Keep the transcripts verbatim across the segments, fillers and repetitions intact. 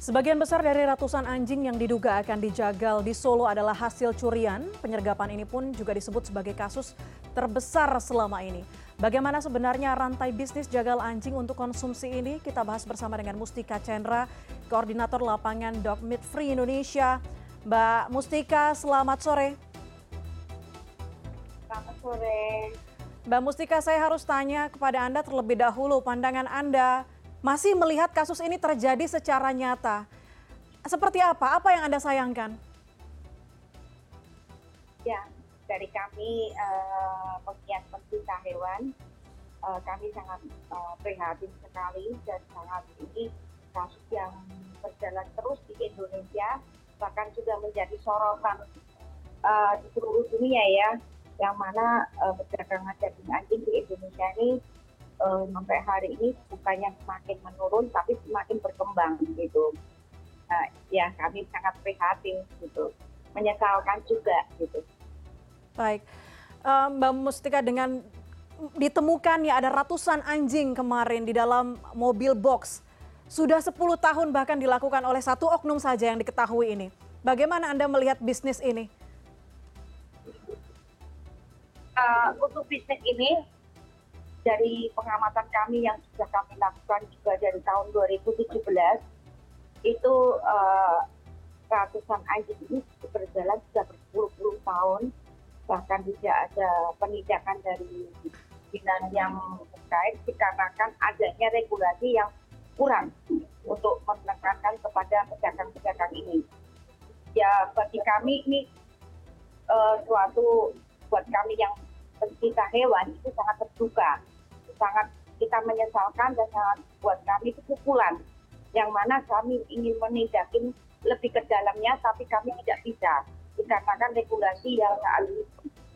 Sebagian besar dari ratusan anjing yang diduga akan dijagal di Solo adalah hasil curian. Penyergapan ini pun juga disebut sebagai kasus terbesar selama ini. Bagaimana sebenarnya rantai bisnis jagal anjing untuk konsumsi ini? Kita bahas bersama dengan Mustika Chandra, Koordinator Lapangan Dog Meat Free Indonesia. Mbak Mustika, selamat sore. Selamat sore. Mbak Mustika, saya harus tanya kepada Anda terlebih dahulu, pandangan Anda masih melihat kasus ini terjadi secara nyata. Seperti apa? Apa yang Anda sayangkan? Ya, dari kami uh, pegiat pencinta hewan, uh, kami sangat uh, prihatin sekali dan sangat ini kasus yang berjalan terus di Indonesia, bahkan sudah menjadi sorotan uh, di seluruh dunia ya, yang mana uh, perdagangan daging anjing di Indonesia ini Uh, sampai hari ini bukannya semakin menurun tapi semakin berkembang gitu. Nah, ya kami sangat prihatin gitu, menyesalkan juga gitu. Baik, uh, Mbak Mustika, dengan ditemukannya ada ratusan anjing kemarin di dalam mobil box, sudah sepuluh tahun bahkan dilakukan oleh satu oknum saja yang diketahui ini. Bagaimana Anda melihat bisnis ini? Uh, untuk bisnis ini, dari pengamatan kami yang sudah kami lakukan juga dari tahun dua ribu tujuh belas, itu uh, ratusan anjing ini berjalan sudah berpuluh-puluh tahun, bahkan tidak ada penindakan dari dinas yang terkait dikarenakan adanya regulasi yang kurang untuk menekankan kepada pedagang-pedagang ini. Ya, bagi kami ini uh, suatu buat kami yang pencinta hewan itu sangat terduga. Sangat kita menyesalkan dan sangat buat kami itu pukulan yang mana kami ingin menindakin lebih ke dalamnya tapi kami tidak bisa dikarenakan regulasi yang saat ini.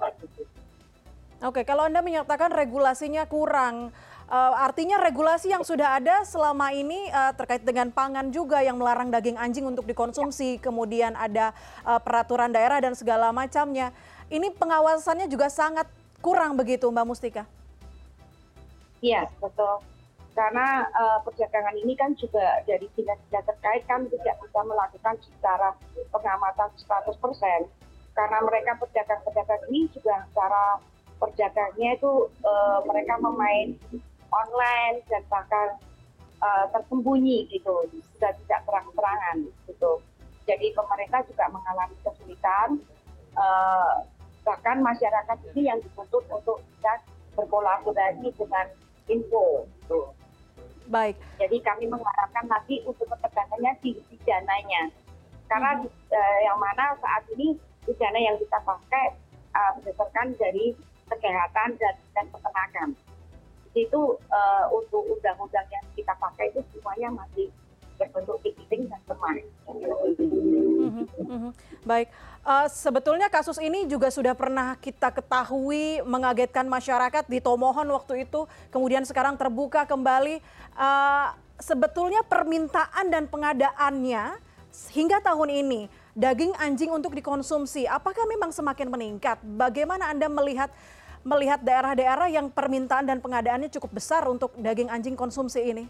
Oke, kalau Anda menyatakan regulasinya kurang, uh, artinya regulasi yang sudah ada selama ini uh, terkait dengan pangan juga yang melarang daging anjing untuk dikonsumsi, kemudian ada uh, peraturan daerah dan segala macamnya. Ini pengawasannya juga sangat kurang begitu, Mbak Mustika? Iya, betul. Karena uh, perdagangan ini kan juga dari dinas-dinas terkait kan tidak bisa melakukan secara pengamatan seratus persen. Karena mereka pedagang-pedagang ini juga cara perdagangnya itu uh, mereka memain online dan bahkan uh, tersembunyi gitu, sudah tidak terang-terangan gitu. Jadi pemerintah juga mengalami kesulitan, uh, bahkan masyarakat ini yang dituntut untuk bisa berkolaborasi dengan info. Gitu. Baik. Jadi kami mengharapkan nanti untuk ketegasannya di pidananya. Karena hmm. uh, yang mana saat ini pidana yang kita pakai uh, berdasarkan dari kesehatan dan, dan peternakan. Itu uh, untuk undang-undang yang kita pakai itu semuanya masih berbentuk ticketing dan teman. Mm-hmm, mm-hmm. Baik, uh, sebetulnya kasus ini juga sudah pernah kita ketahui mengagetkan masyarakat di Tomohon waktu itu, kemudian sekarang terbuka kembali. Uh, sebetulnya permintaan dan pengadaannya hingga tahun ini, daging anjing untuk dikonsumsi, apakah memang semakin meningkat? Bagaimana Anda melihat melihat daerah-daerah yang permintaan dan pengadaannya cukup besar untuk daging anjing konsumsi ini?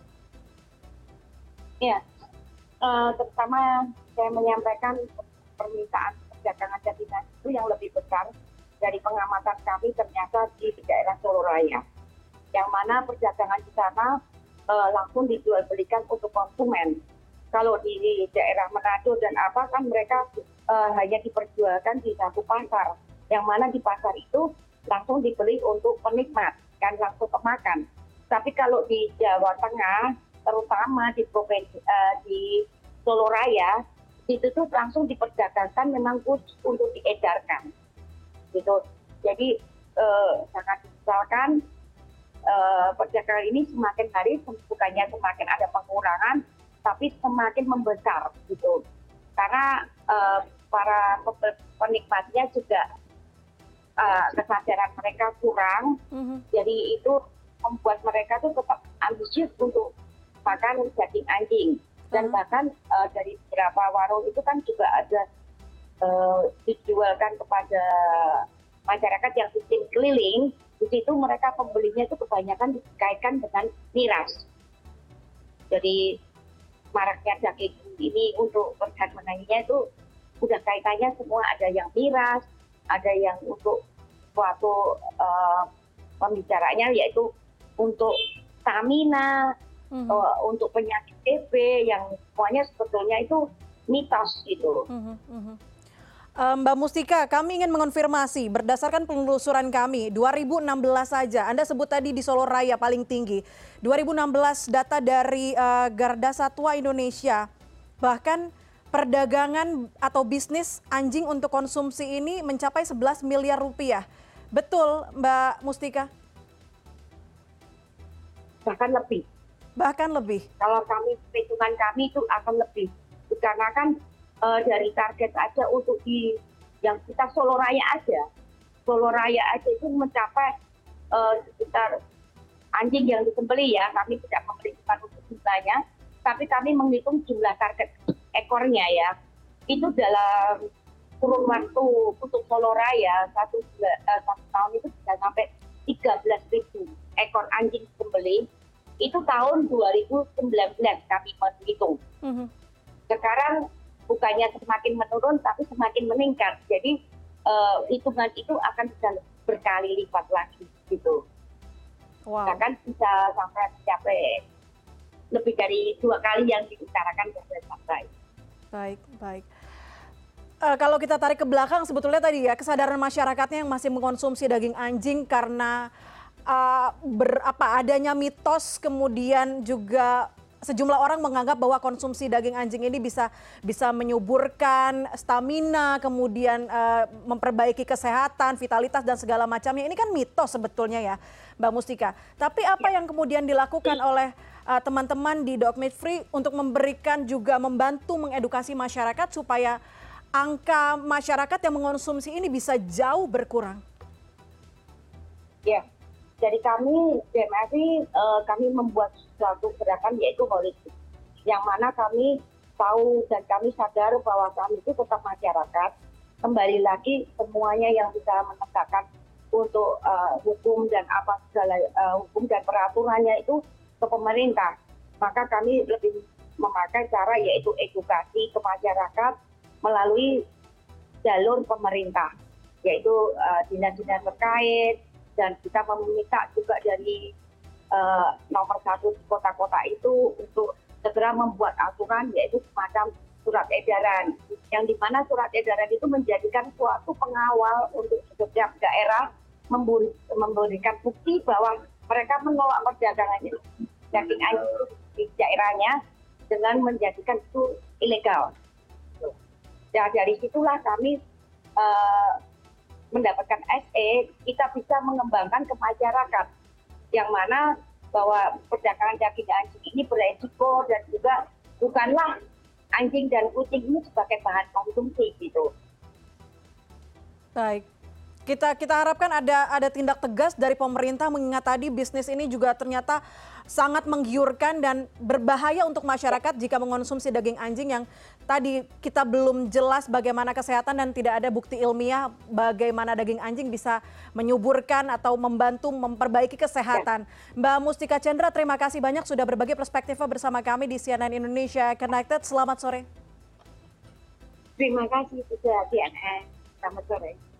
Ya, uh, terutama saya menyampaikan permintaan perdagangan daging itu yang lebih besar dari pengamatan kami ternyata di daerah Solo Raya, yang mana perdagangan di sana uh, langsung dijual belikan untuk konsumen. Kalau di, di daerah Manado dan apa kan mereka uh, hanya diperjualkan di satu pasar, yang mana di pasar itu langsung dibeli untuk penikmat, kan langsung kemakan. Tapi kalau di Jawa Tengah, terutama di provinsi uh, di Solo Raya, itu tuh langsung diperdagangkan memang khusus untuk diedarkan, gitu. Jadi uh, sangat disesalkan uh, perdagangan ini semakin hari bukannya semakin ada pengurangan, tapi semakin membesar, gitu. Karena uh, para penikmatnya juga uh, kesadaran mereka kurang, mm-hmm. jadi itu membuat mereka tuh tetap ambisius untuk makan daging anjing. Dan bahkan uh, dari beberapa warung itu kan juga ada uh, dijualkan kepada masyarakat yang sistem keliling. Di situ mereka pembelinya itu kebanyakan dikaitkan dengan miras. Jadi maraknya daging ini untuk perdagangannya itu udah kaitannya semua, ada yang miras, ada yang untuk suatu uh, pembicaranya yaitu untuk stamina, Mhm. uh, untuk penyakit T B yang semuanya sebetulnya itu mitos gitu. Mhm, mhm. Eh, Mbak Mustika, kami ingin mengonfirmasi berdasarkan penelusuran kami dua ribu enam belas saja. Anda sebut tadi di Solo Raya paling tinggi. dua ribu enam belas data dari eh, Garda Satwa Indonesia, bahkan perdagangan atau bisnis anjing untuk konsumsi ini mencapai sebelas miliar rupiah. Betul, Mbak Mustika? Bahkan lebih. Bahkan lebih. Kalau kami, hitungan kami itu akan lebih. Karena kan uh, dari target aja untuk di yang kita Solo Raya aja, Solo Raya aja itu mencapai uh, sekitar anjing yang disembelih ya, kami tidak memperhitungkan untuk jumlahnya, tapi kami menghitung jumlah target ekornya ya. Itu dalam kurun waktu untuk Solo Raya, satu, uh, satu tahun itu bisa sampai tiga belas ribu ekor anjing disembelih. Itu tahun dua ribu sembilan belas kami menghitung. Mhm. Sekarang bukannya semakin menurun tapi semakin meningkat. Jadi uh, hitungan itu akan bisa berkali lipat lagi gitu. Wow. Bahkan bisa sampai mencapai lebih dari dua kali yang dibicarakan sampai. Baik, baik. Uh, kalau kita tarik ke belakang sebetulnya tadi ya kesadaran masyarakatnya yang masih mengkonsumsi daging anjing karena uh, ber, apa, adanya mitos, kemudian juga sejumlah orang menganggap bahwa konsumsi daging anjing ini bisa bisa menyuburkan stamina, kemudian uh, memperbaiki kesehatan, vitalitas dan segala macamnya. Ini kan mitos sebetulnya ya, Mbak Mustika. Tapi apa yang kemudian dilakukan oleh uh, teman-teman di Dog Meat Free untuk memberikan juga membantu mengedukasi masyarakat supaya angka masyarakat yang mengkonsumsi ini bisa jauh berkurang? Ya. Jadi kami, D M F I, uh, kami membuat suatu gerakan yaitu holistik. Yang mana kami tahu dan kami sadar bahwa kami itu tetap masyarakat. Kembali lagi semuanya yang bisa menegakkan untuk uh, hukum dan apa segala uh, hukum dan peraturannya itu ke pemerintah. Maka kami lebih memakai cara yaitu edukasi ke masyarakat melalui jalur pemerintah. Yaitu uh, dinas-dinas terkait, dan kita meminta juga dari uh, nomor satu di kota-kota itu untuk segera membuat aturan yaitu semacam surat edaran, yang dimana surat edaran itu menjadikan suatu pengawal untuk setiap daerah memberikan bukti bahwa mereka menolak perdagangan daging anjing di daerahnya dengan menjadikan itu ilegal. Ya, dari situlah kami uh, mendapatkan S E, kita bisa mengembangkan ke masyarakat yang mana bahwa perdagangan daging anjing ini beresiko dan juga bukanlah anjing dan kucing ini sebagai bahan konsumsi gitu. Baik, kita kita harapkan ada ada tindak tegas dari pemerintah mengingat tadi bisnis ini juga ternyata sangat menggiurkan dan berbahaya untuk masyarakat jika mengonsumsi daging anjing yang tadi kita belum jelas bagaimana kesehatan dan tidak ada bukti ilmiah bagaimana daging anjing bisa menyuburkan atau membantu memperbaiki kesehatan. Mbak Mustika Chandra, terima kasih banyak sudah berbagi perspektifnya bersama kami di C N N Indonesia Connected. Selamat sore. Terima kasih sudah C N N. Selamat sore.